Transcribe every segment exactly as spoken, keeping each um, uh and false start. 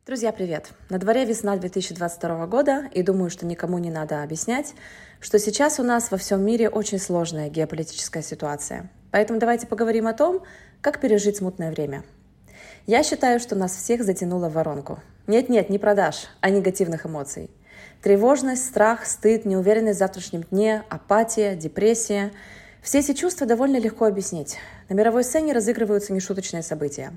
Друзья, привет! На дворе весна две тысячи двадцать второго года, и думаю, что никому не надо объяснять, что сейчас у нас во всем мире очень сложная геополитическая ситуация. Поэтому давайте поговорим о том, как пережить смутное время. Я считаю, что нас всех затянуло в воронку. Нет-нет, не продаж, а негативных эмоций. Тревожность, страх, стыд, неуверенность в завтрашнем дне, апатия, депрессия – все эти чувства довольно легко объяснить. На мировой сцене разыгрываются нешуточные события.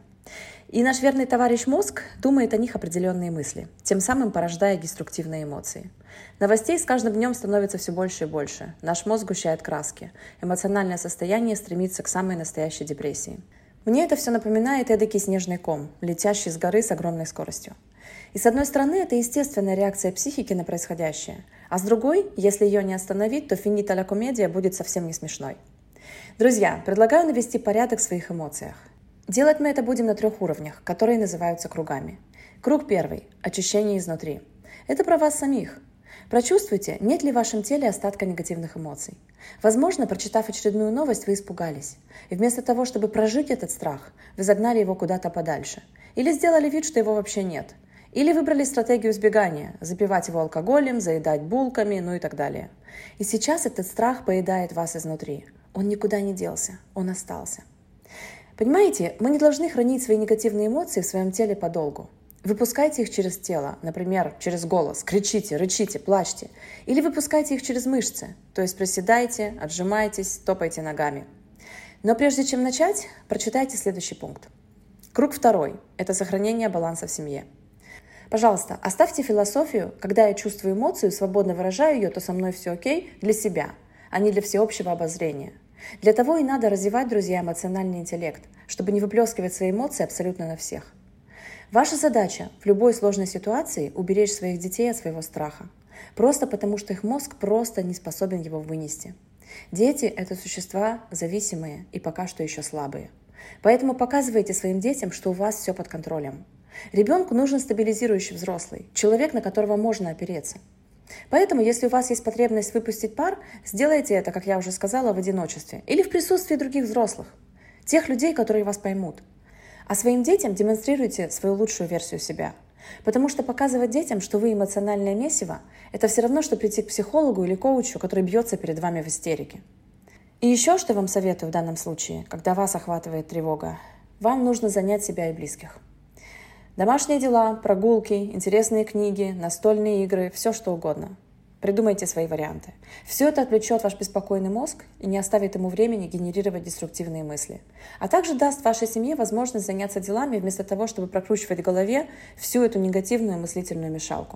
И наш верный товарищ мозг думает о них определенные мысли, тем самым порождая деструктивные эмоции. Новостей с каждым днем становится все больше и больше. Наш мозг сгущает краски. Эмоциональное состояние стремится к самой настоящей депрессии. Мне это все напоминает эдакий снежный ком, летящий с горы с огромной скоростью. И с одной стороны, это естественная реакция психики на происходящее, а с другой, если ее не остановить, то финита ля комедия будет совсем не смешной. Друзья, предлагаю навести порядок в своих эмоциях. Делать мы это будем на трех уровнях, которые называются кругами. Круг первый – очищение изнутри. Это про вас самих. Прочувствуйте, нет ли в вашем теле остатка негативных эмоций. Возможно, прочитав очередную новость, вы испугались. И вместо того, чтобы прожить этот страх, вы загнали его куда-то подальше. Или сделали вид, что его вообще нет. Или выбрали стратегию избегания – запивать его алкоголем, заедать булками, ну и так далее. И сейчас этот страх поедает вас изнутри. Он никуда не делся, он остался. Понимаете, мы не должны хранить свои негативные эмоции в своем теле подолгу. Выпускайте их через тело, например, через голос, кричите, рычите, плачьте. Или выпускайте их через мышцы, то есть приседайте, отжимайтесь, топайте ногами. Но прежде чем начать, прочитайте следующий пункт. Круг второй – это сохранение баланса в семье. Пожалуйста, оставьте философию, когда я чувствую эмоцию, свободно выражаю ее, то со мной все окей, для себя, а не для всеобщего обозрения. Для того и надо развивать, друзья, эмоциональный интеллект, чтобы не выплескивать свои эмоции абсолютно на всех. Ваша задача в любой сложной ситуации уберечь своих детей от своего страха. Просто потому, что их мозг просто не способен его вынести. Дети – это существа зависимые и пока что еще слабые. Поэтому показывайте своим детям, что у вас все под контролем. Ребенку нужен стабилизирующий взрослый, человек, на которого можно опереться. Поэтому, если у вас есть потребность выпустить пар, сделайте это, как я уже сказала, в одиночестве или в присутствии других взрослых, тех людей, которые вас поймут. А своим детям демонстрируйте свою лучшую версию себя. Потому что показывать детям, что вы эмоциональное месиво, это все равно, что прийти к психологу или коучу, который бьется перед вами в истерике. И еще что я вам советую в данном случае, когда вас охватывает тревога, вам нужно занять себя и близких. Домашние дела, прогулки, интересные книги, настольные игры, все что угодно. Придумайте свои варианты. Все это отвлечет ваш беспокойный мозг и не оставит ему времени генерировать деструктивные мысли. А также даст вашей семье возможность заняться делами вместо того, чтобы прокручивать в голове всю эту негативную мыслительную мешалку.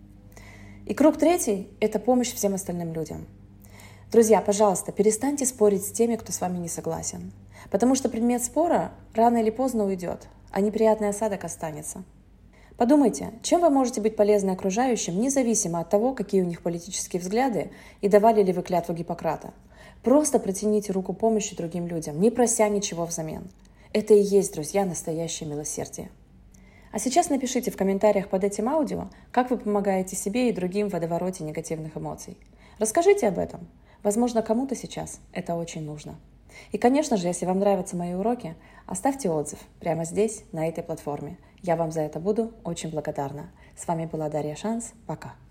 И круг третий – это помощь всем остальным людям. Друзья, пожалуйста, перестаньте спорить с теми, кто с вами не согласен. Потому что предмет спора рано или поздно уйдет, а неприятный осадок останется. Подумайте, чем вы можете быть полезны окружающим, независимо от того, какие у них политические взгляды и давали ли вы клятву Гиппократа. Просто протяните руку помощи другим людям, не прося ничего взамен. Это и есть, друзья, настоящее милосердие. А сейчас напишите в комментариях под этим аудио, как вы помогаете себе и другим в водовороте негативных эмоций. Расскажите об этом. Возможно, кому-то сейчас это очень нужно. И, конечно же, если вам нравятся мои уроки, оставьте отзыв прямо здесь, на этой платформе. Я вам за это буду очень благодарна. С вами была Дарья Шанс. Пока.